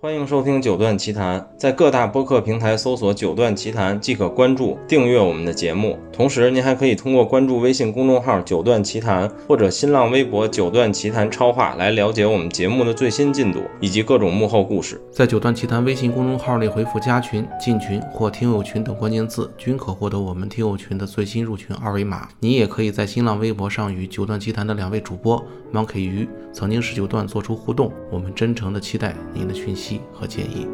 欢迎收听九段奇谈，在各大播客平台搜索九段奇谈即可关注订阅我们的节目。同时您还可以通过关注微信公众号九段奇谈或者新浪微博九段奇谈超话来了解我们节目的最新进度以及各种幕后故事。 在九段奇谈微信公众号内回复加群、进群或听友群等关键字，均可获得我们听友群的最新入群二维码。你也可以在新浪微博上与九段奇谈的两位主播 Monkey 鱼、曾经是九段做出互动，我们真诚的期待您的讯息和建议。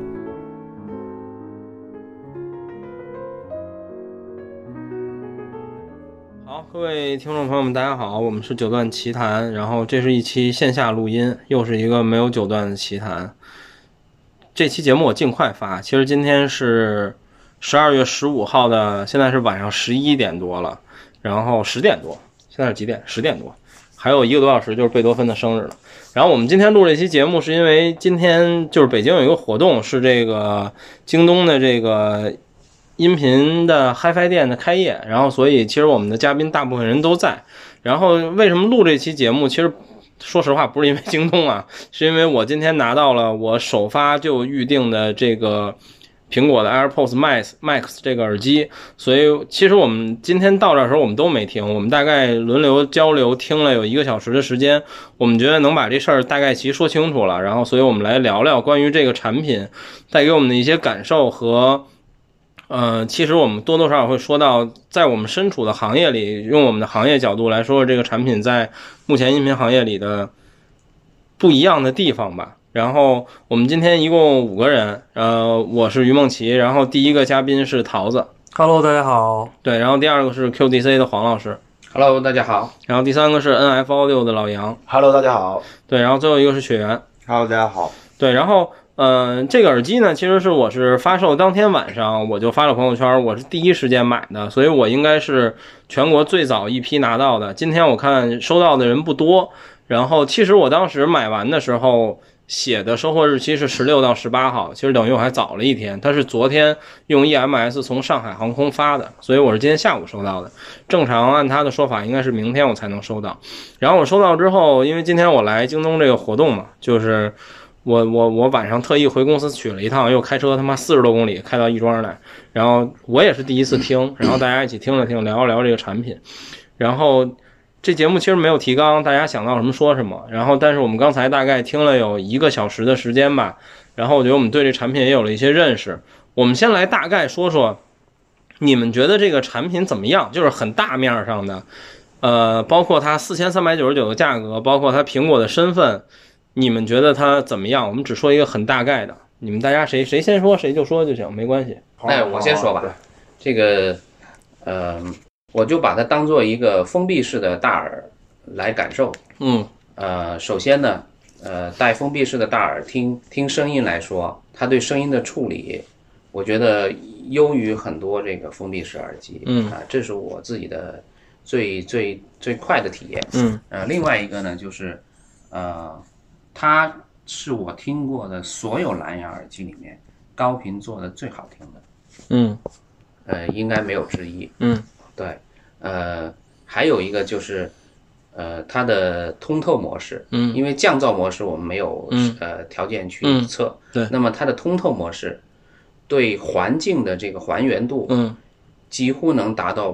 好，各位听众朋友们大家好，我们是九段奇谈，然后这是一期线下录音，又是一个没有九段的奇谈。这期节目我尽快发，其实今天是12月15号的，现在是晚上11点多了，然后10点多，现在是几点？10点多，还有1个多小时就是贝多芬的生日了。然后我们今天录这期节目是因为今天就是北京有一个活动，是这个京东的这个音频的 HiFi 店的开业，然后所以其实我们的嘉宾大部分人都在。然后为什么录这期节目，其实说实话不是因为京东啊，是因为我今天拿到了我首发就预定的这个苹果的 AirPods Max 这个耳机，所以其实我们今天到这的时候我们都没听，我们大概轮流交流听了有1个小时的时间，我们觉得能把这事儿大概其说清楚了，然后所以我们来聊聊关于这个产品带给我们的一些感受和其实我们多多少少会说到在我们身处的行业里，用我们的行业角度来说这个产品在目前音频行业里的不一样的地方吧。然后我们今天一共5个人，我是于梦琪，然后第一个嘉宾是桃子 ，Hello， 大家好。 对，然后第二个是 QDC 的黄老师 ，Hello， 大家好。 然后第三个是 NF Audio 的老杨 ，Hello， 大家好。 对，然后最后一个是雪原 ，Hello， 大家好。 对，然后这个耳机呢，其实我是发售当天晚上我就发了朋友圈，我是第一时间买的，所以我应该是全国最早一批拿到的。今天我看收到的人不多，然后其实我当时买完的时候写的收货日期是16到18号，其实等于我还早了一天，它是昨天用 EMS 从上海航空发的，所以我是今天下午收到的。正常按他的说法应该是明天我才能收到。然后我收到之后，因为今天我来京东这个活动嘛，就是我晚上特意回公司取了一趟，又开车他妈40多公里开到亦庄来，然后我也是第一次听，然后大家一起听了听，聊一聊这个产品。然后这节目其实没有提纲，大家想到什么说什么，然后但是我们刚才大概听了有1个小时的时间吧，然后我觉得我们对这产品也有了一些认识。我们先来大概说说你们觉得这个产品怎么样，就是很大面上的包括它4399的价格，包括它苹果的身份，你们觉得它怎么样？我们只说一个很大概的，你们大家谁先说谁就说就行，没关系。 那我先说吧。这个我就把它当做一个封闭式的大耳来感受。首先呢，带封闭式的大耳听声音来说，它对声音的处理，我觉得优于很多这个封闭式耳机。这是我自己的最快的体验。另外一个呢，就是它是我听过的所有蓝牙耳机里面高频做的最好听的。应该没有之一。对，还有一个就是它的通透模式，因为降噪模式我们没有条件去测， 对， 那么它的通透模式对环境的这个还原度，几乎能达到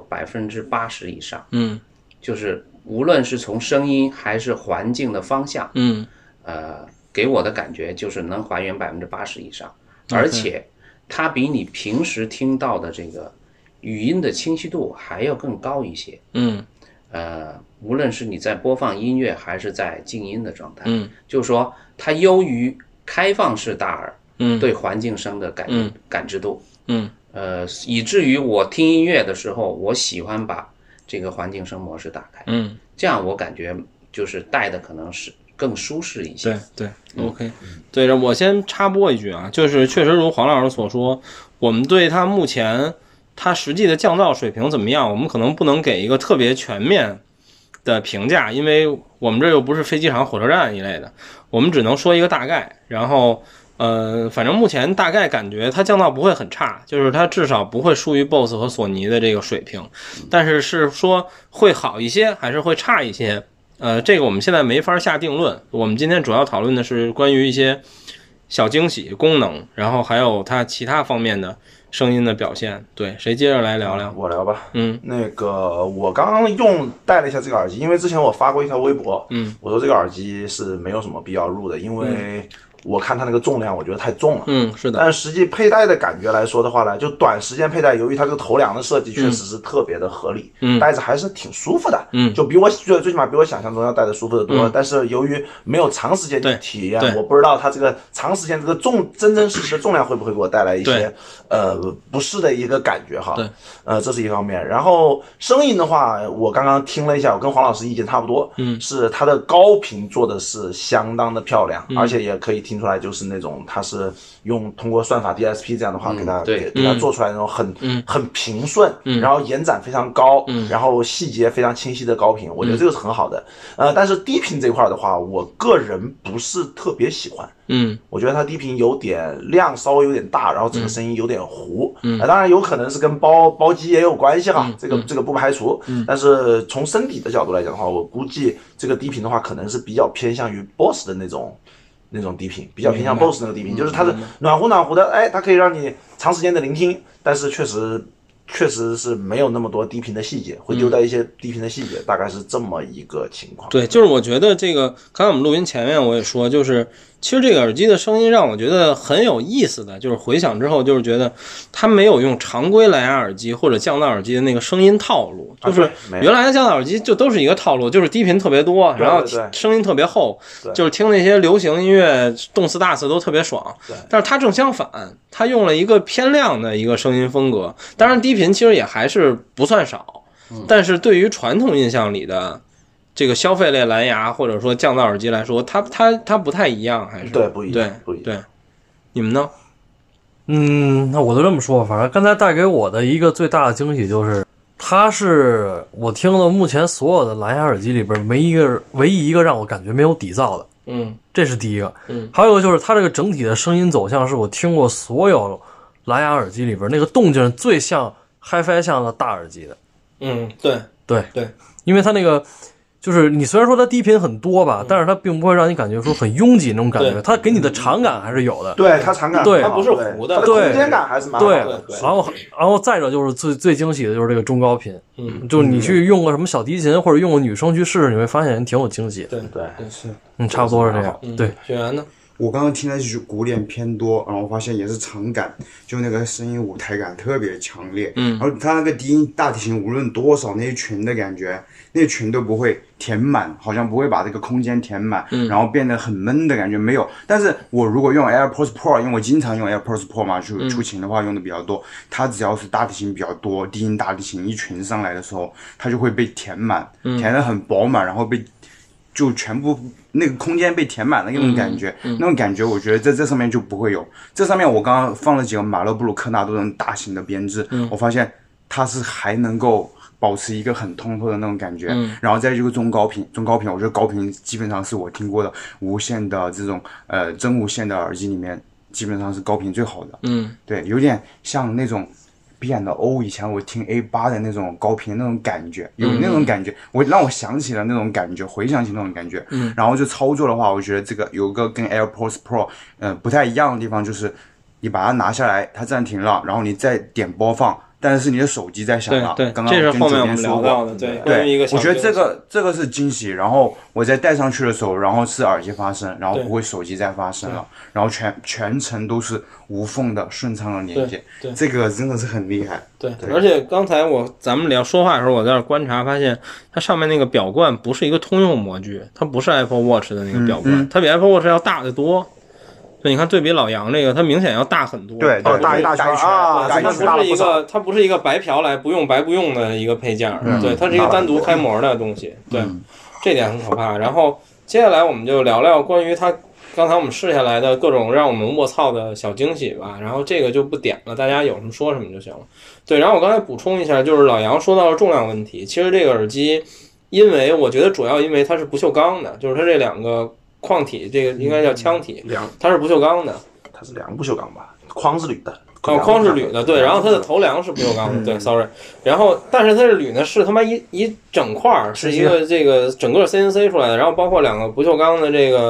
80%以上，就是无论是从声音还是环境的方向，给我的感觉就是能还原80%以上，而且它比你平时听到的这个语音的清晰度还要更高一些。无论是你在播放音乐还是在静音的状态，就是说它优于开放式大耳对环境声的感知度。以至于我听音乐的时候，我喜欢把这个环境声模式打开。这样我感觉就是戴的可能是更舒适一些。 对 OK。 对，我先插播一句啊，就是确实如黄老师所说，我们对它目前它实际的降噪水平怎么样，我们可能不能给一个特别全面的评价，因为我们这又不是飞机场火车站一类的，我们只能说一个大概。然后反正目前大概感觉它降噪不会很差，就是它至少不会输于 BOSS 和索尼的这个水平，但是说会好一些还是会差一些，这个我们现在没法下定论。我们今天主要讨论的是关于一些小惊喜功能，然后还有它其他方面的声音的表现。对，谁接着来聊聊？ 我聊吧。那个我刚刚戴了一下这个耳机，因为之前我发过一条微博，我说这个耳机是没有什么必要入的，因为我看它那个重量，我觉得太重了。 是的。 但实际佩戴的感觉来说的话呢，就短时间佩戴，由于它这个头梁的设计确实是特别的合理，戴着还是挺舒服的。就比我最起码比我想象中要戴的舒服的多。但是由于没有长时间的体验，我不知道它这个长时间这个真实的重量会不会给我带来一些不适的一个感觉哈。这是一方面。然后声音的话，我刚刚听了一下，我跟黄老师意见差不多。是它的高频做的是相当的漂亮，而且也可以听出来，就是那种它是通过算法 DSP 这样的话给它做出来那种很平顺，然后延展非常高，然后细节非常清晰的高频，我觉得这个是很好的。但是低频这块的话，我个人不是特别喜欢。我觉得它低频有点量稍微有点大，然后整个声音有点糊。当然有可能是跟包机也有关系哈，这个不排除。但是从声底的角度来讲的话，我估计这个低频的话可能是比较偏向于 BOSS 的那种低频，比较偏向 BOSS 那个低频，就是它是暖乎的，它可以让你长时间的聆听，但是确实是没有那么多低频的细节，会丢掉一些低频的细节，大概是这么一个情况。 对，就是我觉得这个，刚才我们录音前面我也说，就是其实这个耳机的声音让我觉得很有意思的，就是回响之后，就是觉得它没有用常规蓝牙耳机或者降噪耳机的那个声音套路，就是原来的降噪耳机就都是一个套路，就是低频特别多，然后声音特别厚，就是听那些流行音乐动次大次都特别爽。但是它正相反，它用了一个偏亮的一个声音风格，当然低频其实也还是不算少，但是对于传统印象里的这个消费类蓝牙或者说降噪耳机来说，它不太一样，还是对不一样， 对，你们呢？ 那我就这么说，反正刚才带给我的一个最大的惊喜就是，它是我听的目前所有的蓝牙耳机里边唯一一个让我感觉没有底噪的。这是第一个。还有一个就是它这个整体的声音走向是我听过所有蓝牙耳机里边那个动静最像 HiFi 像的大耳机的。对，因为它那个就是你虽然说它低频很多吧，但是它并不会让你感觉说很拥挤那种感觉，它给你的场感还是有的。 对，它场感对， 它不是糊的， 它的空间感还是蛮好的。 对，然后再者就是最惊喜的就是这个中高频，就是你去用个什么小提琴或者用个女生去试试，你会发现挺有惊喜的。 对， 是，差不多是这样。对， 学员呢？ 我刚刚听的就是古典偏多，然后我发现也是场感，就那个声音舞台感特别强烈。然后它那个低音大提琴无论多少那些群的感觉，那些群都不会填满，好像不会把这个空间填满，然后变得很闷的感觉没有。但是我如果用 AirPods Pro， 因为我经常用 AirPods Pro 嘛，去出勤的话用的比较多，它只要是大提琴比较多，低音大提琴一群上来的时候，它就会被填满，填得很饱满，然后就全部那个空间被填满了那种感觉，那种感觉我觉得在这上面就不会有。这上面我刚刚放了几个马勒布鲁克纳多这种大型的编制，我发现它是还能够保持一个很通透的那种感觉。然后再就是中高频，我觉得高频基本上是我听过的无线的这种真无线的耳机里面基本上是高频最好的。对，有点像那种B&O 以前我听 A8 的那种高频那种感觉，有那种感觉，让我想起了那种感觉，回想起那种感觉。然后就操作的话，我觉得这个有个跟 AirPods Pro 不太一样的地方，就是你把它拿下来，它暂停了，然后你再点播放，但是你的手机在响了。 对， 刚刚这是后面我们聊到的。对， 我觉得这个是惊喜。然后我在戴上去的时候，然后是耳机发声，然后不会手机再发声了，然后全程都是无缝的顺畅的连接。 对， 这个真的是很厉害。 对，而且刚才咱们聊说话的时候，我在这观察发现，它上面那个表冠不是一个通用模具，它不是 Apple Watch 的那个表冠，它比 Apple Watch 要大得多。对，你看对比老杨这个，它明显要大很多。 对，大一大圈啊！ 它不是一个白嫖来不用的一个配件，对，它是一个单独开模的东西。对，这点很可怕。然后接下来我们就聊聊关于它刚才我们试下来的各种让我们卧槽的小惊喜吧。然后这个就不点了，大家有什么说什么就行了。对，然后我刚才补充一下，就是老杨说到了重量问题。其实这个耳机，我觉得主要因为它是不锈钢的，就是它这两个框体，这个应该叫腔体，它是不锈钢的， 它是两个不锈钢吧，框是铝的， 框是铝的，对，然后它的头梁是不锈钢的，对 ，sorry， 然后但是它这铝呢是他妈一整块，是一个这个整个 CNC 出来的，然后包括两个不锈钢的这个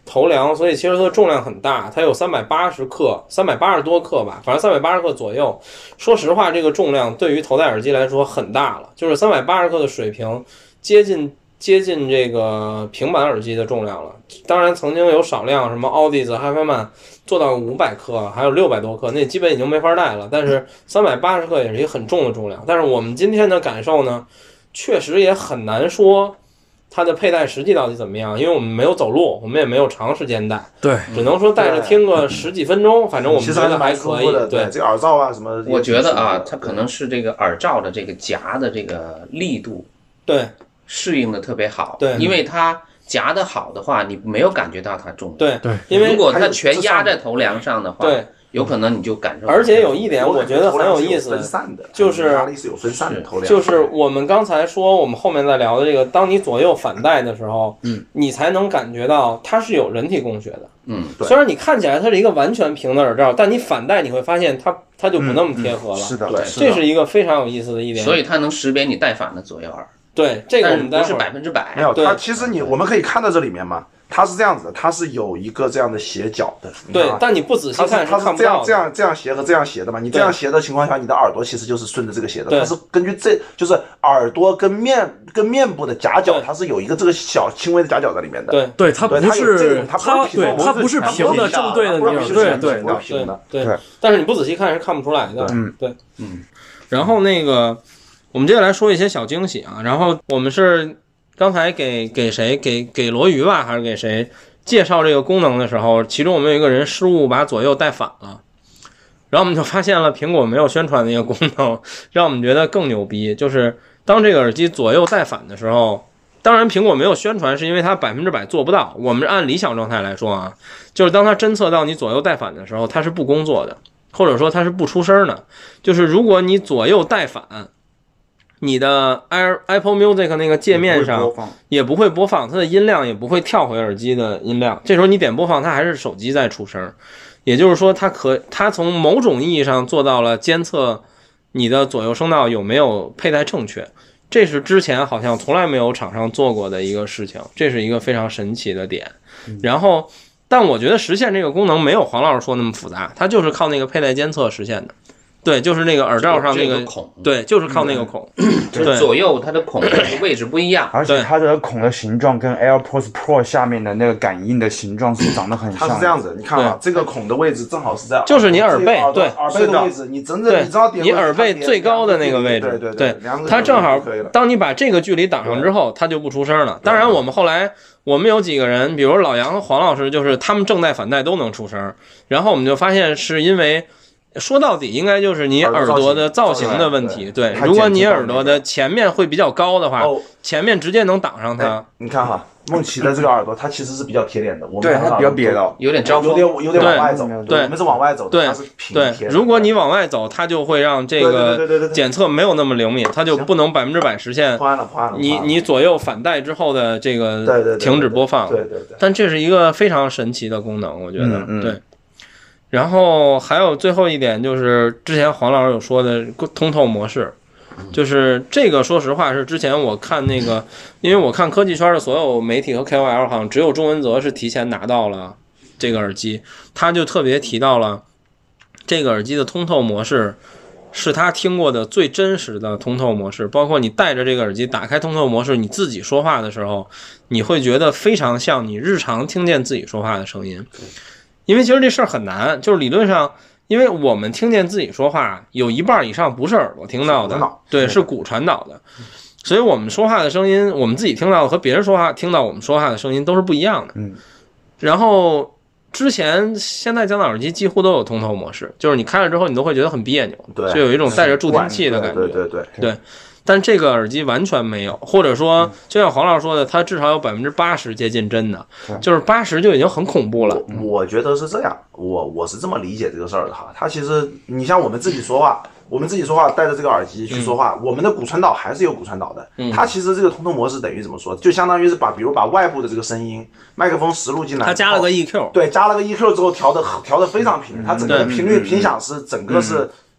头梁，所以其实它的重量很大，它有380克，380多克吧，反正380克左右。说实话，这个重量对于头戴耳机来说很大了，就是380克的水平，接近这个平板耳机的重量了。当然，曾经有少量什么奥迪子、哈弗曼做到500克，还有600多克，那基本已经没法戴了。但是380克也是一个很重的重量。但是我们今天的感受呢，确实也很难说它的佩戴实际到底怎么样，因为我们没有走路，我们也没有长时间戴， 对， 只能说戴着听个10几分钟，反正我们觉得还可以。 对，这个耳罩啊什么， 我觉得啊，它可能是这个耳罩的这个夹的这个力度， 对， 适应的特别好， 对， 因为它夹的好的话，你没有感觉到它重， 对， 因为如果它全压在头梁上的话， 对。 有可能你就感受， 而且有一点我觉得很有意思，就是压力是有分散的头梁， 就是我们刚才说我们后面在聊的这个，当你左右反戴的时候，你才能感觉到它是有人体工学的， 对。 虽然你看起来它是一个完全平的耳罩，但你反戴你会发现它就不那么贴合了， 是的， 对， 这是一个非常有意思的一点， 所以它能识别你戴反的左右耳， 对，这个我们不是100%， 没有，它其实我们可以看到这里面嘛。它是这样子的，它是有一个这样的斜角的， 对，但你不仔细看它是看不到这样斜和这样斜的嘛。你这样斜的情况下，你的耳朵其实就是顺着这个斜的，它是根据就是耳朵跟面部的夹角，它是有一个这个小轻微的夹角在里面的。 对， 它不是它不是平的正对着你耳朵， 对。但是你不仔细看是看不出来的，对。然后我们接下来说一些小惊喜啊，然后我们是。刚才给谁给罗鱼吧，还是给谁介绍这个功能的时候，其中我们有一个人失误把左右戴反了，然后我们就发现了苹果没有宣传的一个功能，让我们觉得更牛逼，就是当这个耳机左右戴反的时候，当然苹果没有宣传是因为它100%做不到，我们按理想状态来说啊，就是当它侦测到你左右戴反的时候，它是不工作的，或者说它是不出声的，就是如果你左右戴反，你的 Apple Music 那个界面上也不会播放，它的音量也不会跳回耳机的音量。这时候你点播放，它还是手机在出声，也就是说它从某种意义上做到了监测你的左右声道有没有佩戴正确。这是之前好像从来没有厂商做过的一个事情，这是一个非常神奇的点。然后，但我觉得实现这个功能没有黄老师说那么复杂，它就是靠那个佩戴监测实现的。对，就是那个耳罩上那个孔， 对，就是靠那个孔， 就是左右它的孔的位置不一样， 而且它的孔的形状跟 AirPods Pro 下面的那个感应的形状是长得很像。 它是这样子，你看啊，这个孔的位置正好是在， 就是你耳背，对， 耳背的位置，你真正你知道点， 你耳背最高的那个位置，对，它正好，当你把这个距离挡上之后，它就不出声了。当然，我们后来我们有几个人，比如老杨和黄老师，就是他们正戴反戴都能出声，然后我们就发现是因为。说到底应该就是你耳朵的造型的问题，对，如果你耳朵的前面会比较高的话，前面直接能挡上它。 你看哈，梦琪的这个耳朵它其实是比较贴脸的，我们对它比较瘪的， 有点招风， 有点往外走， 对， 我们是往外走的，它是平贴。 对，如果你往外走，它就会让这个检测没有那么灵敏，它就不能100%实现你左右反戴之后的这个停止播放。 对， 但这是一个非常神奇的功能，我觉得，对。然后还有最后一点就是之前黄老师有说的通透模式，就是这个说实话是之前我看那个，因为我看科技圈的所有媒体和 KOL 好像只有钟文泽是提前拿到了这个耳机，他就特别提到了这个耳机的通透模式是他听过的最真实的通透模式，包括你戴着这个耳机打开通透模式，你自己说话的时候，你会觉得非常像你日常听见自己说话的声音。因为其实这事儿很难，就是理论上，因为我们听见自己说话，有一半以上不是耳朵听到的，对，是骨传导的，所以我们说话的声音，我们自己听到的和别人说话听到我们说话的声音都是不一样的。然后现在降噪耳机几乎都有通透模式，就是你开了之后，你都会觉得很别扭， 对， 就有一种带着助听器的感觉，对。但这个耳机完全没有，或者说就像黄老师说的，它至少有80%接近真的，就是80%就已经很恐怖了。 我觉得是这样，我是这么理解这个事儿的哈。它其实你像我们自己说话，戴着这个耳机去说话，我们的骨传导还是有骨传导的。它其实这个通透模式等于怎么说，就相当于是比如把外部的这个声音麦克风实录进来， 它加了个 EQ， 对，加了个 EQ 之后调的非常平，它整个频率频响是整个是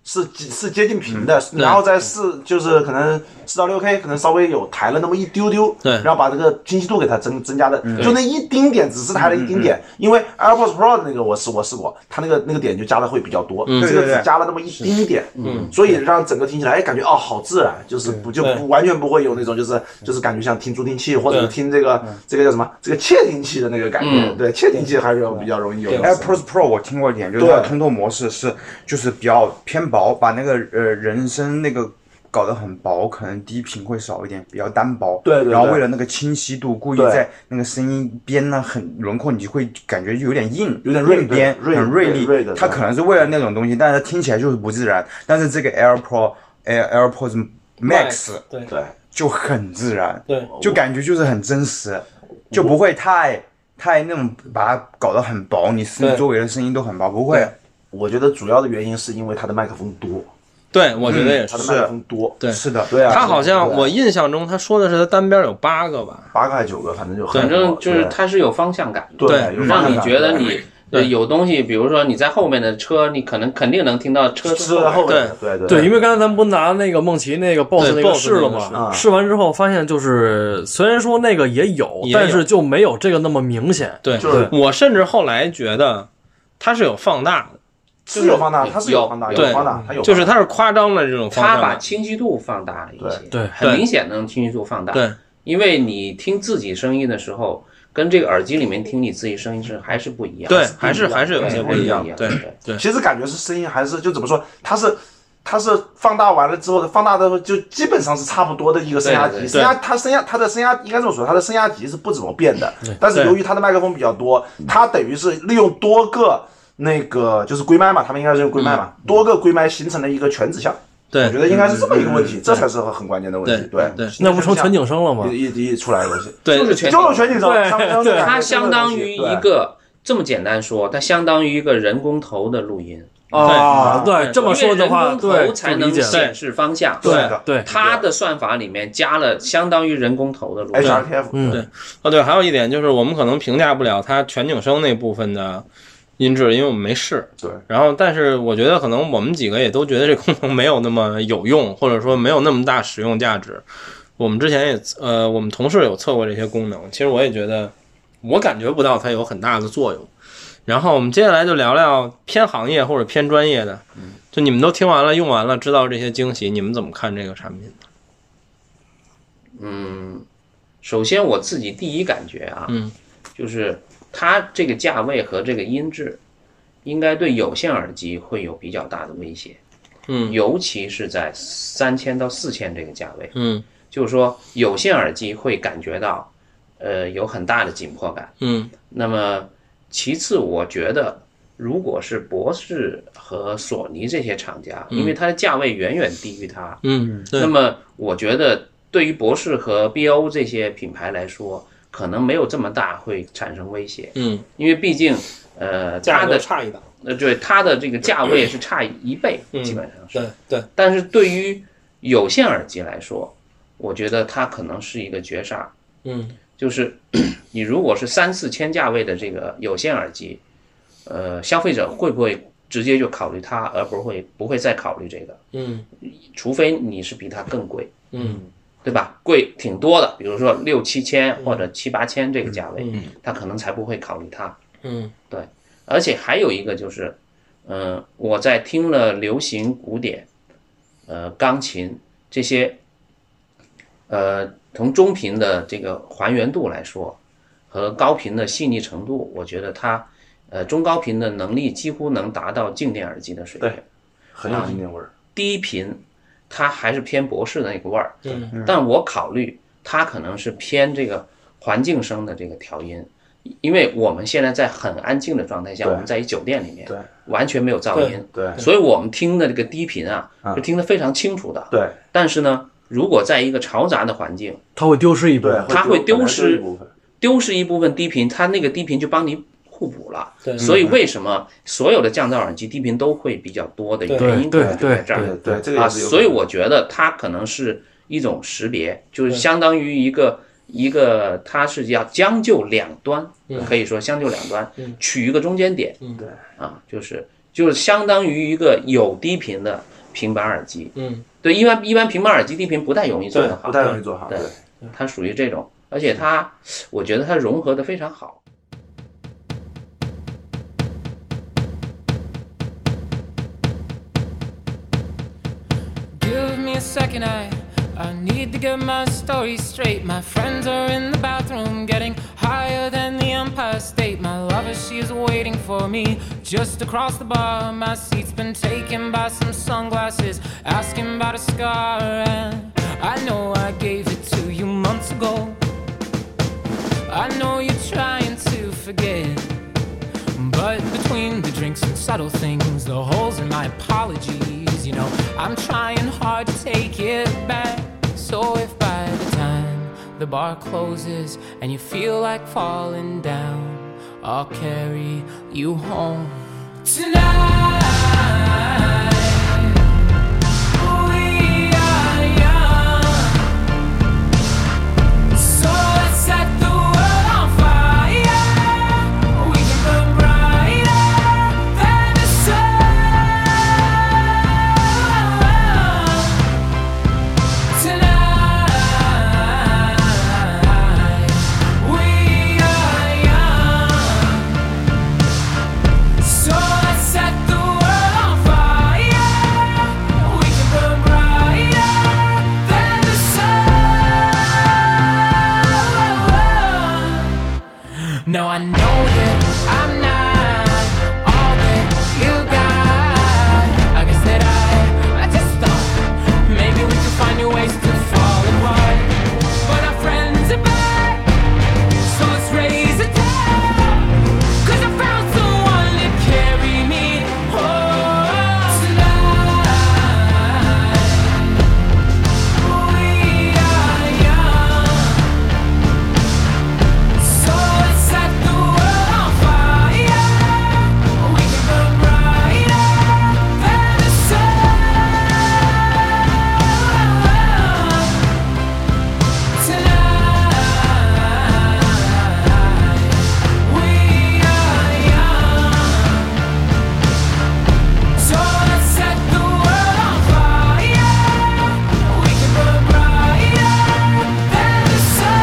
是接近平的，然后在就是可能4到6K，可能稍微有抬了那么一丢丢， 对， 然后把这个清晰度给它增加的，就那一丁点，只是抬了一丁点，因为 AirPods Pro 的那个我试过，它那个点就加的会比较多，这个只加了那么一丁点，所以让整个听起来感觉好自然，就是不完全不会有那种就是感觉像听助听器或者是听这个叫什么这个窃听器的那个感觉，对，窃听器还是比较容易有。 AirPods Pro 我听过一点，就是它的通透模式就是比较偏薄，把那个人声那个搞得很薄，可能低频会少一点，比较单薄。 对， 然后为了那个清晰度，故意在那个声音边呢很轮廓，你就会感觉有点硬， 有点锐边，很锐利。它可能是为了那种东西，但是它听起来就是不自然。但是这个 AirPods Max 对就很自然， 对， 就感觉就是很真实，就不会太那种把它搞得很薄，你周围的声音都很薄，不会。 我觉得主要的原因是因为它的麦克风多。 对，我觉得也是， 它的麦克风多， 对， 是的， 对啊。 他好像我印象中他说的是他单边有8个吧 ，8个还是9个，反正就是它是有方向感， 对， 让你觉得你有东西，比如说你在后面的车，你肯定能听到车后面，对， 因为刚才咱们不拿那个梦奇那个 BOSS 那个试了吗？试完之后发现就是虽然说那个也有，但是就没有这个那么明显。 对，我甚至后来觉得它是有放大的。 是有放大，它是有放大， 对， 它有， 就是它是夸张的这种方向， 它把清晰度放大了一些， 对， 很明显能清晰度放大， 对， 因为你听自己声音的时候，跟这个耳机里面听你自己声音还是不一样， 对，还是有些不一样，对， 其实感觉是声音还是就怎么说，它是放大完了之后，放大的就基本上是差不多的一个声压级，它的声压应该这么说，它的声压级是不怎么变的，但是由于它的麦克风比较多，它等于是利用多个。那个就是龟麦嘛，他们应该是用龟麦嘛，多个龟麦形成了一个全指向。 对， 我觉得应该是这么一个问题，这才是很关键的问题。 对， 那不成全景声了吗？ 一出来的东西， 对， 就是全景声。 对， 它相当于一个这么简单说，它相当于一个人工头的录音。 对，这么说的话，对， 人工头才能显示方向。 对， 它的算法里面加了相当于人工头的录音。 HRTF， 对，还有一点就是我们可能评价不了它全景声那部分的。音质，因为我们没试， 对。 然后，但是我觉得可能我们几个也都觉得这功能没有那么有用，或者说没有那么大使用价值。我们之前也我们同事有测过这些功能，其实我也觉得我感觉不到它有很大的作用。然后我们接下来就聊聊偏行业或者偏专业的，就你们都听完了、用完了，知道这些惊喜，你们怎么看这个产品？ 首先我自己第一感觉啊，就是它这个价位和这个音质，应该对有线耳机会有比较大的威胁。尤其是在3000到4000这个价位。就是说有线耳机会感觉到，有很大的紧迫感。那么其次，我觉得如果是博士和索尼这些厂家，因为它的价位远远低于它，那么我觉得对于博士和 BO 这些品牌来说，可能没有这么大会产生威胁，因为毕竟它的差一档， 对，它的这个价位是差1倍，基本上是， 对。 但是对于有线耳机来说，我觉得它可能是一个绝杀，就是你如果是3、4千价位的这个有线耳机，消费者会不会直接就考虑它，而不会再考虑这个？除非你是比它更贵，对吧？贵挺多的，比如说6、7千或者7、8千这个价位，他可能才不会考虑它。对。而且还有一个就是，我在听了流行、古典、钢琴这些，从中频的这个还原度来说，和高频的细腻程度，我觉得它，中高频的能力几乎能达到静电耳机的水平， 对，很有静电味儿。 低频它还是偏博士的那个味儿，但我考虑它可能是偏这个环境声的这个调音，因为我们现在在很安静的状态下，我们在一酒店里面，完全没有噪音， 对， 所以我们听的这个低频啊，是听得非常清楚的， 对。 但是呢，如果在一个嘈杂的环境， 它会丢失一部分， 它会丢失一部分低频，它那个低频就帮你互补了。所以为什么所有的降噪耳机低频都会比较多的原因就在这儿。 对，这个也是所以我觉得它可能是一种识别，就是相当于一个它是要将就两端，可以说将就两端，取一个中间点。对啊，就是相当于一个有低频的平板耳机。对，一般平板耳机低频不太容易做得好， 不太容易做好。 对，它属于这种，而且我觉得它融合的非常好。 Give me a second, I need to get my story straight. My friends are in the bathroom getting higher than the Empire State. My lover, she's waiting for me just across the bar. My seat's been taken by some sunglasses, asking about a scar. And I know I gave it to you months ago. I know you're trying to forget, but between the drinks and subtle things, the holes in my apologies, you know, I'm trying hard to take it back. So if by the time the bar closes and you feel like falling down, I'll carry you home tonight. We are young, so let's set the world on fire. We can burn brighter than the sun tonight. We are young, so let's set the world on fire. We can burn brighter than the sun. Now I know that I'm not all that you got. I guess that I just thought maybe we could find new ways to fall apart. But our friends are back, so let's raise a toast. 'Cause I found someone to carry me home tonight. We are young, so let's set the world on fire. We can burn brighter than the sun tonight. We are young, so let's set the world on fire. We can burn brighter than the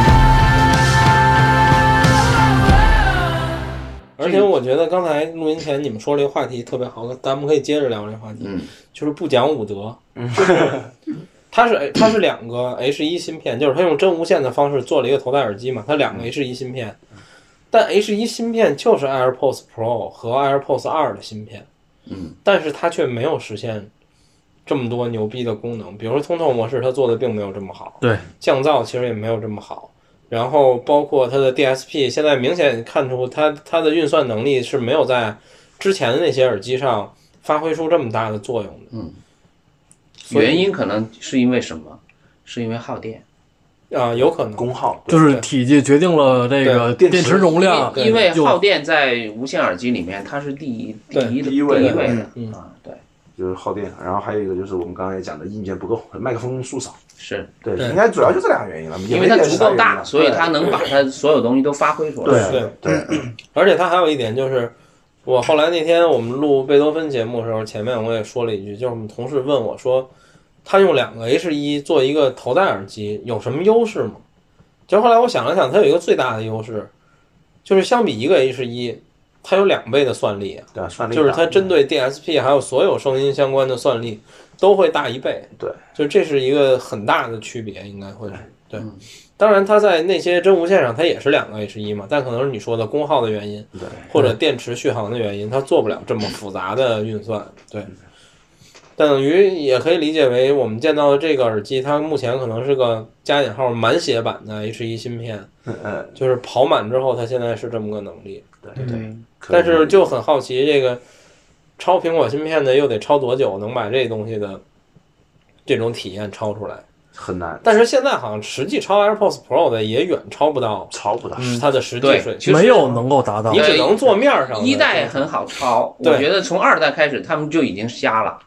sun. 而且我觉得刚才录音前你们说这个话题特别好，咱们可以接着聊这个话题，就是不讲武德，就是它是两个 H1 芯片，就是它用真无线的方式做了一个头戴耳机嘛，它两个 H1 芯片，但 H1 芯片就是 AirPods Pro 和 AirPods 2的芯片，但是它却没有实现这么多牛逼的功能，比如说通透模式它做的并没有这么好， 对， 降噪其实也没有这么好，然后包括它的 DSP 现在明显看出它的运算能力是没有在之前的那些耳机上发挥出这么大的作用的。 原因可能是因为什么？是因为耗电啊，有可能功耗就是体积决定了这个电池容量， 因为耗电在无线耳机里面它是第一位的啊，对， 就是耗电。然后还有一个就是我们刚才也讲的硬件不够，麦克风数少。 是对，应该主要就这两个原因了， 因为它足够大，所以它能把它所有东西都发挥出来。 对，而且它还有一点就是，我后来那天我们录贝多芬节目的时候，前面我也说了一句，就是我们同事问我说，他用两个 H1 做一个头戴耳机有什么优势吗？就后来我想了想，它有一个最大的优势，就是相比一个 H1，它有2倍的算力， 对，算力就是它针对 DSP 还有所有声音相关的算力都会大1倍， 对， 就这是一个很大的区别，应该会是对。当然，它在那些真无线上，它也是2个 H1 嘛，但可能是你说的功耗的原因， 对， 或者电池续航的原因，它做不了这么复杂的运算，对。等于也可以理解为我们见到的这个耳机，它目前可能是个加引号满血版的 H1 芯片，就是跑满之后，它现在是这么个能力， 对。 但是就很好奇，这个超苹果芯片的又得超多久能把这东西的这种体验超出来？ 很难。 但是现在好像实际超 AirPods Pro 的也远超不到它的实际水平， 没有能够达到。 你只能做面上。 1代很好超，我觉得从2代开始他们就已经瞎了。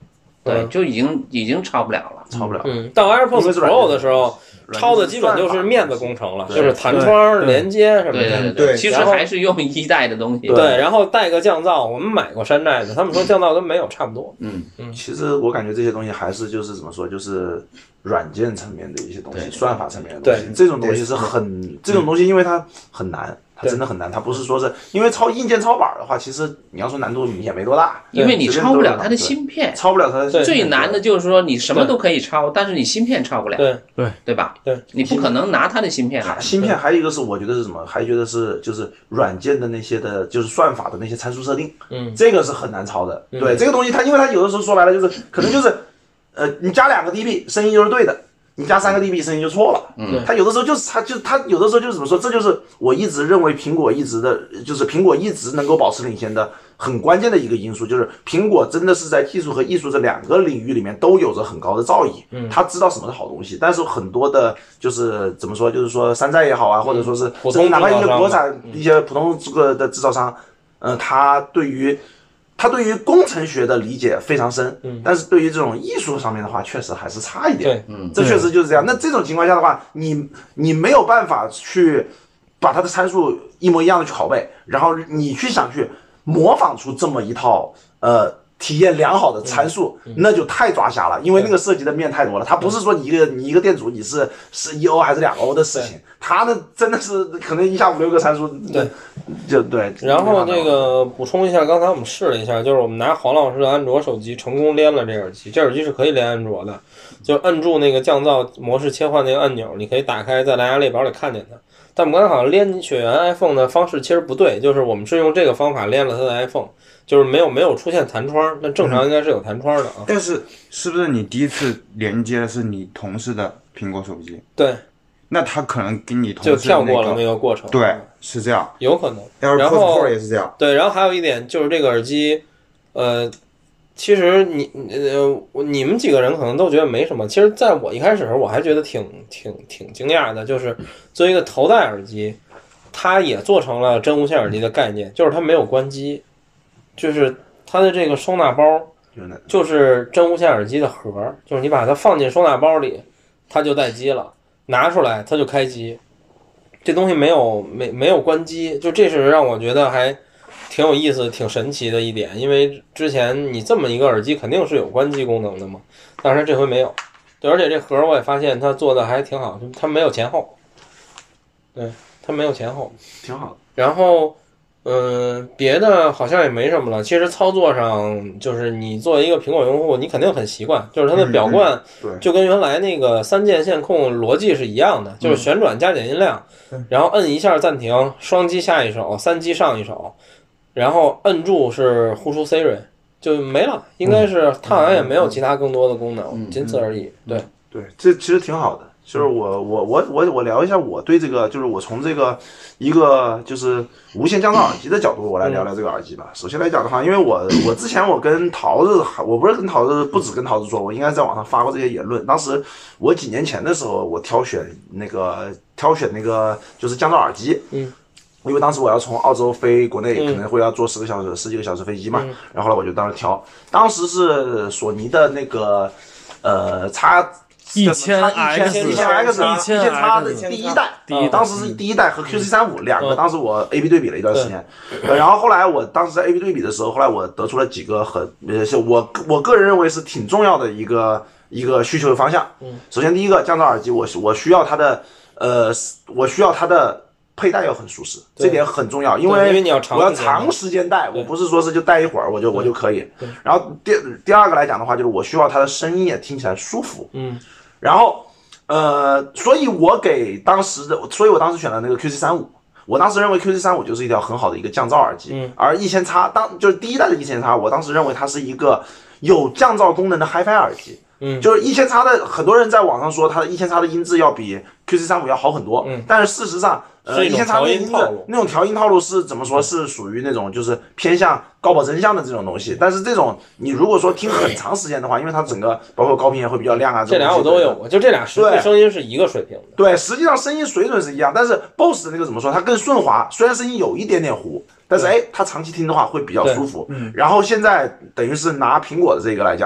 对，就已经超不了了， 超不了。 到 AirPods Pro 的时候，超的基本就是面子工程了，就是弹窗、连接什么的。 对，其实还是用一代的东西。 对，然后带个降噪，我们买过山寨的，他们说降噪跟没有差不多。 其实我感觉这些东西还是就是怎么说，就是软件层面的一些东西，算法层面的东西。这种东西是这种东西，因为它很难。它真的很难，它不是说是因为硬件超板的话，其实你要说难度也没多大， 因为你超不了它的芯片， 超不了它的芯片。 最难的就是说你什么都可以超，但是你芯片超不了，对吧？ 对， 你不可能拿它的芯片来。 芯片还有一个是我觉得是什么？还觉得是就是软件的那些的，就是算法的那些参数设定，这个是很难超的。对，这个东西它因为它有的时候说白了就是可能就是你加2个 dB 声音就是对的。你加3个 dB 声音就错了，它有的时候就是它有的时候就是怎么说？这就是我一直认为苹果一直能够保持领先的很关键的一个因素，就是苹果真的是在技术和艺术这2个领域里面都有着很高的造诣，他知道什么是好东西，但是很多的就是怎么说？就是说山寨也好啊，或者说是哪怕一些国产一些普通这个的制造商，他对于工程学的理解非常深，但是对于这种艺术上面的话，确实还是差一点。这确实就是这样。那这种情况下的话，你没有办法去把它的参数一模一样的去拷贝，然后你去想去模仿出这么一套体验良好的参数，那就太抓瞎了，因为那个涉及的面太多了。它不是说你一个店主你是1欧还是2欧的事情，它的真的是可能一下5-6个参数，对。 然后这个补充一下，刚才我们试了一下，就是我们拿黄老师的安卓手机成功连了这耳机，这耳机是可以连安卓的，就摁住那个降噪模式切换那个按钮，你可以打开在蓝牙列表里看见它。但我们刚才好像连雪原 iPhone 的方式其实不对，就是我们是用这个方法连了它的 iPhone， 就是没有出现弹窗，那正常应该是有弹窗的啊。 但是是不是你第一次连接的是你同事的苹果手机？ 对， 那他可能跟你同事就跳过了那个过程。 对，是这样， 有可能。 然后也是这样。 对，然后还有一点就是这个耳机，其实你们几个人可能都觉得没什么，其实在我一开始的时候我还觉得挺惊讶的，就是作为一个头戴耳机，它也做成了真无线耳机的概念，就是它没有关机，就是它的这个收纳包就是真无线耳机的盒，就是你把它放进收纳包里，它就待机了，拿出来它就开机，这东西没有关机，就这是让我觉得还挺有意思、挺神奇的一点，因为之前你这么一个耳机肯定是有关机功能的嘛，但是这回没有。对，而且这盒我也发现它做的还挺好，它没有前后。对，它没有前后， 挺好的。 然后，别的好像也没什么了。其实操作上，就是你作为一个苹果用户，你肯定很习惯，就是它的表冠就跟原来那个3键线控逻辑是一样的，就是旋转加减音量，然后摁一下暂停，双击下一首，3击上一首。然后摁住是呼出 Siri 就没了，应该是它好像也没有其他更多的功能，仅此而已。对， 这其实挺好的。就是我聊一下我对这个，就是我从这个一个就是无线降噪耳机的角度，我来聊聊这个耳机吧。首先来讲的话，因为我之前我跟桃子，我不是跟桃子，不止跟桃子说，我应该在网上发过这些言论。当时我几年前的时候，我挑选那个就是降噪耳机，因为当时我要从澳洲飞国内，可能会要坐10几个小时飞机嘛，然后后来我就当时挑，当时是索尼的那个1000X 的第一代，当时是第一代和 QC35 2个，当时我 A/B 对比了一段时间，然后后来我当时在 A/B 对比的时候，后来我得出了几个我个人认为是挺重要的一个需求方向。首先第一个降噪耳机，我需要它的佩戴要很舒适，这点很重要，因为我要长时间戴，我不是说是就戴一会儿我就可以。然后第二个来讲的话，就是我需要它的声音也听起来舒服。然后所以我当时选了那个 QC35， 我当时认为 QC35 就是一条很好的一个降噪耳机，而1000X就是第一代的1000X，我当时认为它是一个有降噪功能的 HiFi 耳机。就是1000X的很多人在网上说它的1000X的音质要比 QC35 要好很多，但是事实上1000X的音质那种调音套路是怎么说，是属于那种就是偏向高保真相的这种东西。但是这种你如果说听很长时间的话，因为它整个包括高频也会比较亮啊， 这俩我都有过，就这俩实际声音是一个水平的。 对，实际上声音水准是一样，但是 BOSS 的那个怎么说，它更顺滑，虽然声音有一点点糊，但是它长期听的话会比较舒服。然后现在等于是拿苹果的这个来讲。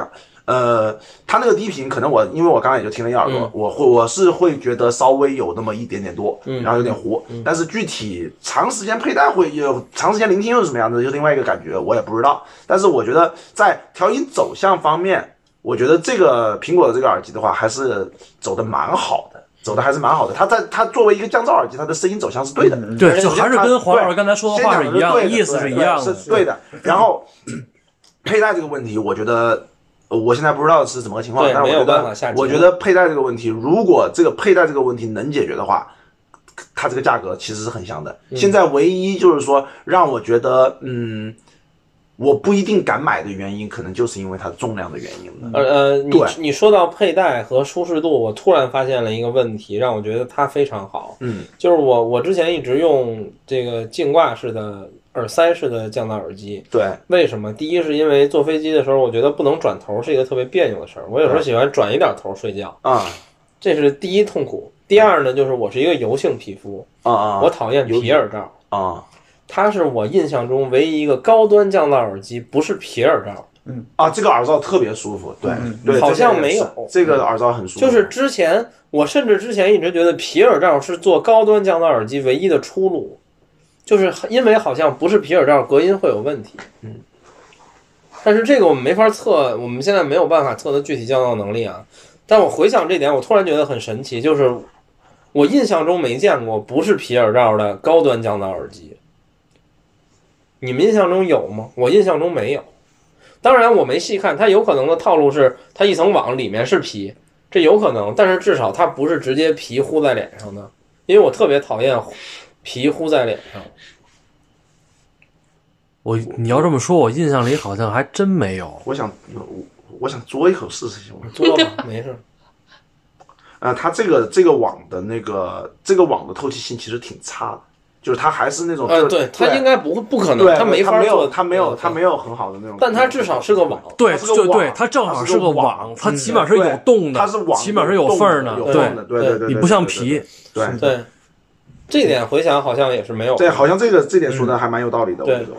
它那个低频可能因为我刚才也就听了一耳朵，我是会觉得稍微有那么一点点多，然后有点糊，但是具体长时间佩戴长时间聆听又是什么样子，就另外一个感觉我也不知道。但是我觉得在调音走向方面，我觉得这个苹果的这个耳机的话还是走的蛮好的。走的还是蛮好的，它作为一个降噪耳机，它的声音走向是对的， 对，就还是跟黄老师刚才说的话是一样的，意思是一样的， 是对的。然后佩戴这个问题，我觉得我现在不知道是怎么个情况，但是我觉得佩戴这个问题，如果这个佩戴这个问题能解决的话，它这个价格其实是很香的。现在唯一就是说让我觉得我不一定敢买的原因，可能就是因为它重量的原因了。 你说到佩戴和舒适度，我突然发现了一个问题，让我觉得它非常好。就是我之前一直用这个颈挂式的耳塞式的降噪耳机。 对， 为什么？第一是因为坐飞机的时候，我觉得不能转头是一个特别别扭的事儿，我有时候喜欢转一点头睡觉这是第一痛苦。第二呢，就是我是一个油性皮肤我讨厌皮耳罩它是我印象中唯一一个高端降噪耳机，不是皮耳罩。 这个耳罩特别舒服，对， 好像没有这个耳罩很舒服。 就是我甚至之前一直觉得皮耳罩是做高端降噪耳机唯一的出路，就是因为好像不是皮耳罩隔音会有问题。但是这个我们没法测，我们现在没有办法测的具体降噪能力啊。但我回想这点，我突然觉得很神奇，就是我印象中没见过不是皮耳罩的高端降噪耳机。你们印象中有吗？我印象中没有。当然我没细看，它有可能的套路是它一层网里面是皮，这有可能，但是至少它不是直接皮糊在脸上的，因为我特别讨厌皮糊在脸上。 你要这么说，我印象里好像还真没有。 我想嘬一口试试行吗？ 嘬吧，没事。 它这个网的透气性其实挺差的。就是它还是那种对，它应该不可能，它没法做， 它没有很好的那种， 但它至少是个网， 对，它正好是个网，它起码是有洞的， 它是网， 起码是有缝的， 对， 你不像皮， 对， 这点回想好像也是没有， 对，好像这点说的还蛮有道理的，我觉得，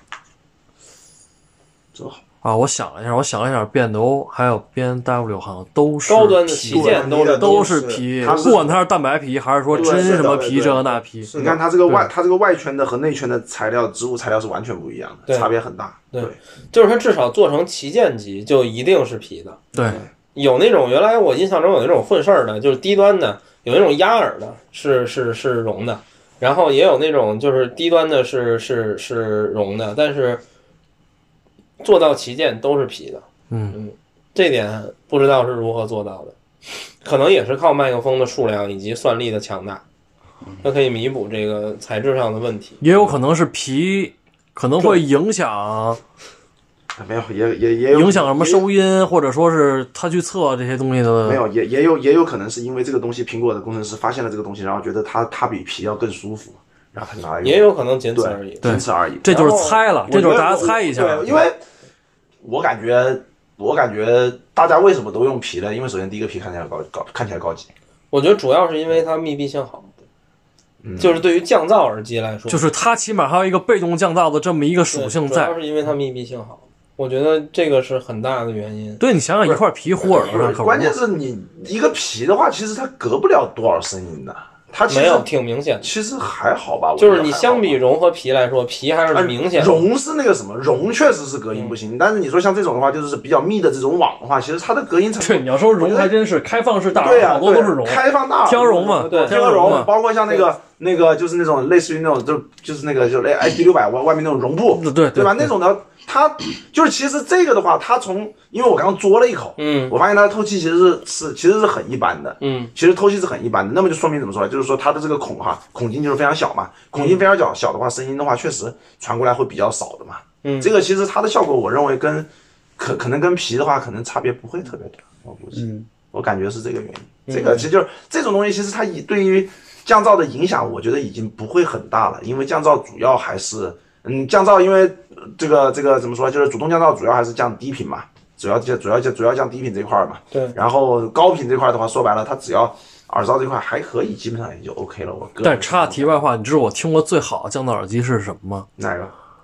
真好。 我想了一下，变斗还有BMW 好像都是高端的旗舰都是皮，不管它是蛋白皮还是说真什么皮这个那皮。 你看它这个外圈的和内圈的材料，织物材料是完全不一样的，差别很大。 对，就是它至少做成旗舰级就一定是皮的。 对， 有那种原来我印象中有那种混事儿的，就是低端的，有那种压耳的是绒的，然后也有那种就是低端的是绒的，但是做到旗舰都是皮的。这点不知道是如何做到的，可能也是靠麦克风的数量以及算力的强大，它可以弥补这个材质上的问题。 也有可能是皮可能会影响， 没有也影响什么收音，或者说是他去测这些东西的。 没有，也有可能是因为这个东西，苹果的工程师发现了这个东西，然后觉得它比皮要更舒服，然后他就拿来用。 也有可能仅此而已， 仅此而已。 这就是猜了，这就是大家猜一下。 对，因为我感觉大家为什么都用皮呢？因为首先第一个皮看起来高级。 我觉得主要是因为它密闭性好。就是对于降噪耳机来说， 就是它起码还有一个被动降噪的这么一个属性在。 主要是因为它密闭性好，我觉得这个是很大的原因。 对，你想想一块皮糊耳朵上， 关键是你一个皮的话，其实它隔不了多少声音的。它其实没有挺明显的， 其实还好吧。 就是你相比绒和皮来说，皮还是明显。 绒是那个什么，绒确实是隔音不行，但是你说像这种的话，就是比较密的这种网的话，其实它的隔音程度。 对，你要说绒还真是开放式大耳，好多都是绒， 开放大耳， 挑绒嘛， 对， 挑绒，包括像那个就是那种类似于那种就是那个就是HD600外面那种绒布，对吧？那种的。它就是其实这个的话，它因为我刚刚嘬了一口，我发现它的透气其实是很一般的，其实透气是很一般的。那么就说明怎么说呢？就是说它的这个孔径就是非常小嘛，孔径非常小的话，声音的话确实传过来会比较少的嘛。这个其实它的效果，我认为可能跟皮的话，可能差别不会特别大，我估计，我感觉是这个原因。这个其实就是这种东西，其实它对于降噪的影响，我觉得已经不会很大了，因为降噪主要还是降噪，因为这个怎么说，就是主动降噪主要还是降低频嘛，主要降低频这块嘛。 对。 然后高频这块的话，说白了，它只要耳罩这块还可以，基本上也就 OK 了。 但插题外话，你知道我听过最好的降噪耳机是什么吗？ 哪个？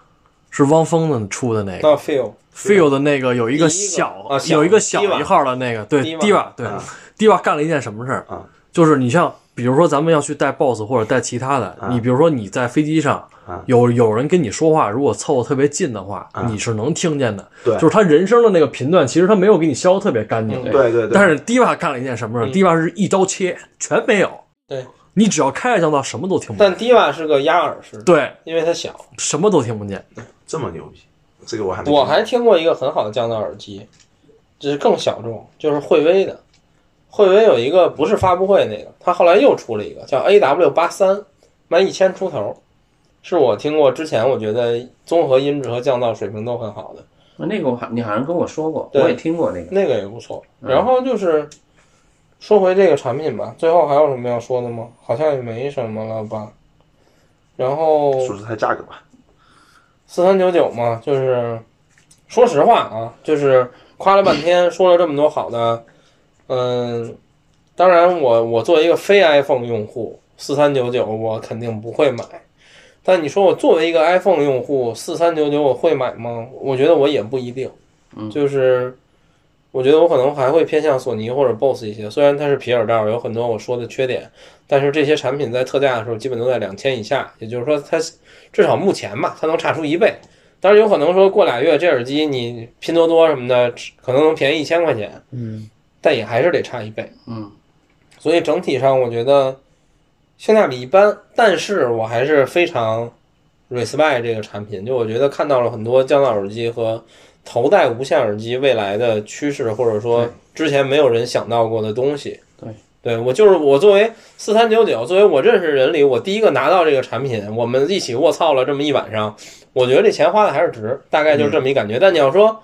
是汪峰的出的那个。feel 的那个有一个有一个小1号的那个，对 Diva 对 Diva 干了一件什么事儿啊？就是你像比如说咱们要去带 BOSS 或者带其他的，你比如说你在飞机上有人跟你说话，如果凑得特别近的话，你是能听见的。 对， 就是他人声的那个频段，其实他没有给你消得特别干净。 对。 但是 Diva 干了一件什么事？Diva 是一刀切，全没有。 对， 你只要开着降噪，什么都听不见。 但 Diva 是个压耳式， 对， 因为它小， 什么都听不见。 这么牛逼，这个我还听过一个很好的降噪耳机，只是更小众，就是惠威的。惠威有一个不是发布会那个，他后来又出了一个叫 AW83，卖1000出头，是我听过之前我觉得综合音质和降噪水平都很好的。 那个你好像跟我说过，我也听过那个， 那个也不错。然后就是说回这个产品吧，最后还有什么要说的吗？好像也没什么了吧。然后说说它价格吧 ，4399嘛，就是说实话啊，就是夸了半天，说了这么多好的。当然我作为一个非 iPhone 用户，4399我肯定不会买。但你说我作为一个 iPhone 用户，4399我会买吗？我觉得我也不一定。就是我觉得我可能还会偏向索尼或者 BOSS 一些，虽然它是皮耳罩，有很多我说的缺点，但是这些产品在特价的时候基本都在2000以下，也就是说它至少目前吧，它能差出1倍。当然有可能说过2月这耳机你拼多多什么的可能能便宜1000块钱，但也还是得差1倍。所以整体上我觉得性价比一般，但是我还是非常 respect 这个产品，就我觉得看到了很多降噪耳机和头戴无线耳机未来的趋势，或者说之前没有人想到过的东西。对，我作为4399，作为我认识人里我第一个拿到这个产品，我们一起卧槽了这么一晚上，我觉得这钱花的还是值，大概就是这么一感觉。但你要说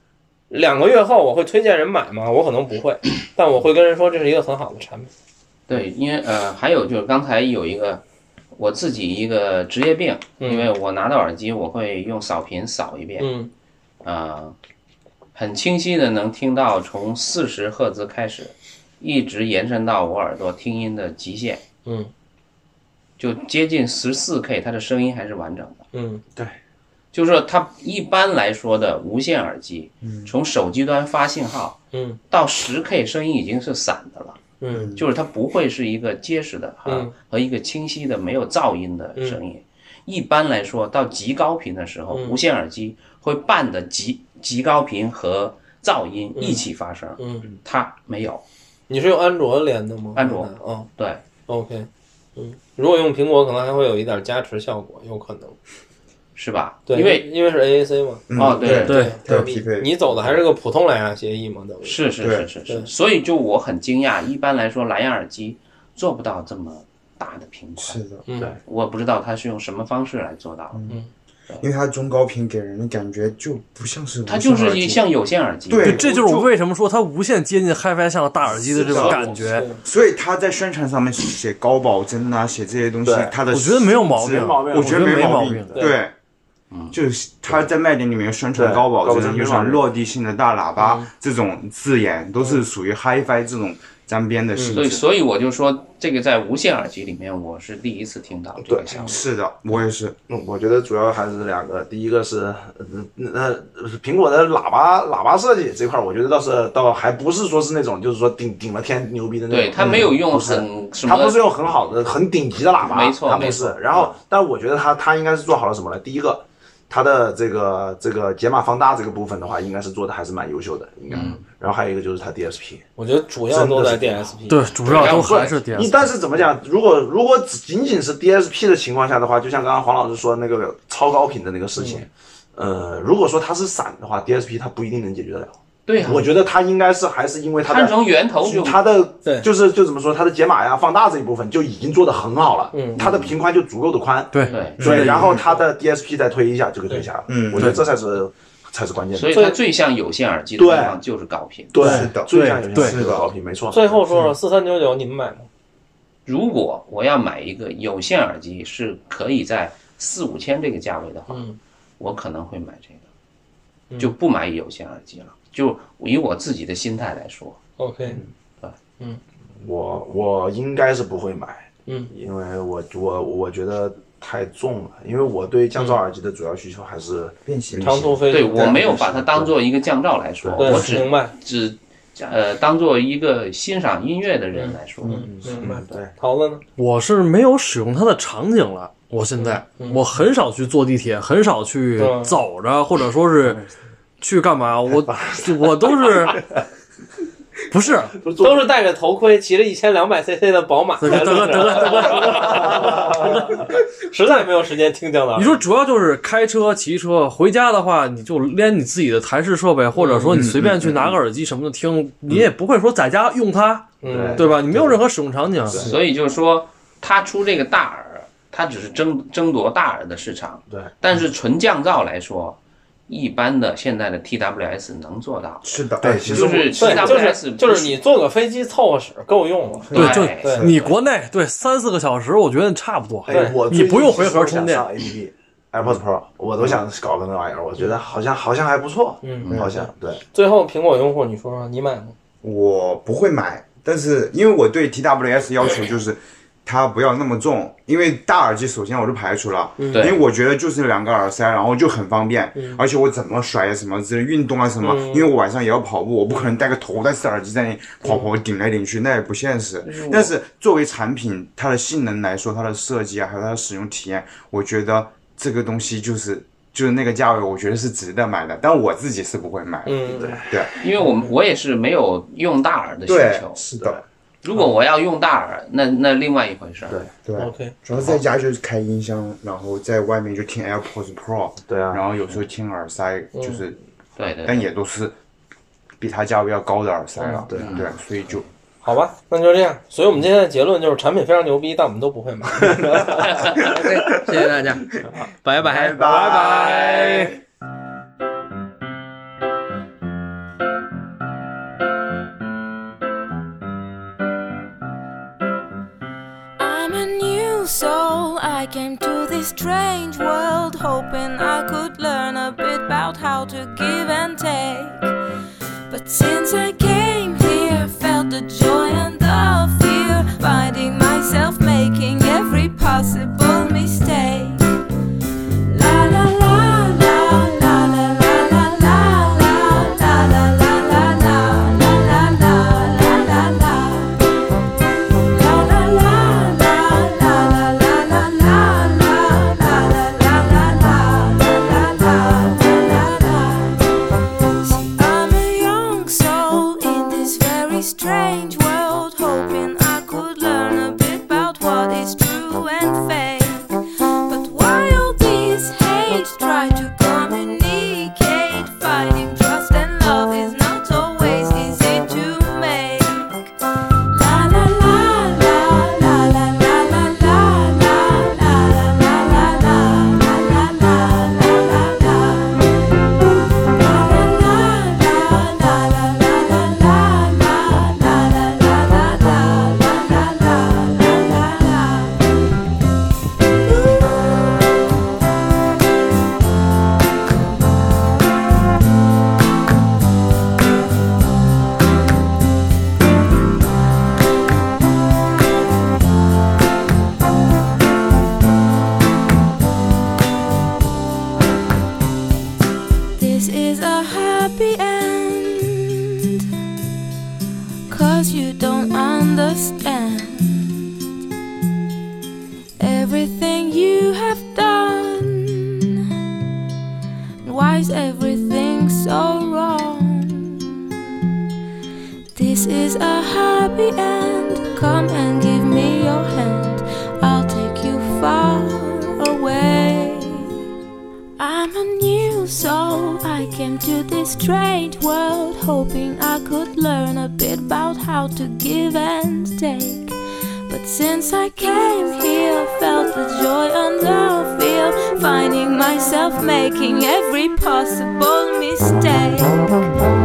2个月后我会推荐人买吗？我可能不会，但我会跟人说这是一个很好的产品。 对，因为还有就是刚才有一个我自己一个职业病，因为我拿到耳机我会用扫频扫一遍，很清晰的能听到从40赫兹开始，一直延伸到我耳朵听音的极限，就接近14K， 它的声音还是完整的。 对。 就是说它一般来说的无线耳机，从手机端发信号，到10K 声音已经是散的了，就是它不会是一个结实的和一个清晰的没有噪音的声音。一般来说到极高频的时候，无线耳机会伴的极高频和噪音一起发生，它没有。 你是用安卓连的吗？ 安卓，对 ，OK， 如果用苹果可能还会有一点加持效果，有可能。 是吧？ 对，因为是 AAC 嘛。 对， 你走的还是个普通蓝牙协议嘛？等于是，所以就我很惊讶，一般来说蓝牙耳机做不到这么大的频宽。 是的， 对，我不知道它是用什么方式来做到的。 因为它中高频给人的感觉就不像是， 它就是像有线耳机。 对， 这就是我为什么说它无限接近 HiFi 像大耳机的这种感觉。 所以它在宣传上面写高保真啊，写这些东西，它的我觉得没有毛病， 我觉得没毛病。 对。 就是他在卖点里面宣传高保真，就像落地性的大喇叭这种字眼，都是属于 HiFi 这种沾边的性质。 所以我就说，这个在无线耳机里面，我是第一次听到这个项目。 是的，我也是。 我觉得主要还是2个，第一个是苹果的喇叭设计这块，我觉得倒还不是说是那种就是说顶了天牛逼的那种。 对，它没有用它不是用很好的很顶级的喇叭， 没错， 它不是。然后，但我觉得它应该是做好了什么呢？第一个。它的这个解码放大这个部分的话，应该是做的还是蛮优秀的，应该。然后还有一个就是它 DSP， 我觉得主要都在 DSP。 对，主要都还是 DSP。 但是怎么讲？如果仅仅是 DSP 的情况下的话，就像刚刚黄老师说那个超高频的那个事情，如果说它是闪的话 ，DSP 它不一定能解决得了。 对啊， 我觉得它应该是还是因为它的从源头就它的就怎么说，它的解码呀、放大这一部分就已经做得很好了，它的频宽就足够的宽， 对， 然后它的 DSP 再推一下就可以推下来，我觉得这才是关键的。 所以它最像有线耳机的地方就是高频， 对，最像有线耳机的高频，没错。 最后说4399，你们买吗？ 如果我要买一个有线耳机，是可以在4-5千这个价位的话，我可能会买这个，就不买有线耳机了。就以我自己的心态来说 ，OK， 我应该是不会买，因为我觉得太重了，因为我对降噪耳机的主要需求还是便携长途飞。 对，我没有把它当做一个降噪来说，我只当做一个欣赏音乐的人来说。 明白。对，桃子呢？ 我是没有使用它的场景了。我现在我很少去坐地铁，很少去走着，或者说是去干嘛，我都是。不是， 都是戴着头盔，骑着1200cc 的宝马。 得， 实在没有时间听降噪。 你说主要就是开车、骑车，回家的话，你就连你自己的台式设备，或者说你随便去拿个耳机什么的听，你也不会说在家用它，对吧？你没有任何使用场景。 所以就是说，他出这个大耳，他只是争夺大耳的市场。 对， 但是纯降噪来说。一般的现在的 TWS 能做到， 是的， 对， 就是 TWS 就是你坐个飞机凑合使够用了， 对，就你国内对3-4个小时，我觉得差不多。 对， 你不用回盒充电。 上 APP AirPods Pro， 我都想搞个那玩意儿，我觉得好像还不错，好像对。 最后苹果用户，你说说你买吗？ 我不会买，但是因为我对 TWS 要求就是。它不要那么重，因为大耳机首先我就排除了，因为我觉得就是2个耳塞，然后就很方便，而且我怎么甩什么之类运动啊什么，因为我晚上也要跑步，我不可能戴个头戴式耳机在那跑顶来顶去，那也不现实。但是作为产品，它的性能来说，它的设计啊，还有它的使用体验，我觉得这个东西就是那个价位，我觉得是值得买的，但我自己是不会买的。对， 因为我也是没有用大耳的需求。 是的。 如果我要用大耳，那另外一回事。 对 ，OK。 主要在家就是开音箱，然后在外面就听 AirPods Pro， 对啊， 然后有时候听耳塞，就是， 对， 但也都是比它价位要高的耳塞了，对，所以就好吧，那就这样。所以我们今天的结论就是产品非常牛逼，但我们都不会买。 OK， 谢谢大家，拜拜。 So I came to this strange world hoping I could learn a bit about how to give and take. But since I came here, felt the joy and the fear, finding myself making every possible mistake. La la la la la la la la la la la la la la la la la. Strange world, hoping I could learn a bit about what is true and fake. But while these hates try to communicate, finding trust and love is not always easy to make. La la la la la la la la la la la la la la la la This is a happy end, 'cause you don't understand everything you have done. Why is everything so wrong? This is a happy end, come and give me your hand, I'll take you far away. I'm a new soul, I came to this strange world hoping I could learn a bit about how to give and take. But since I came here, felt the joy and the fear, finding myself making every possible mistake.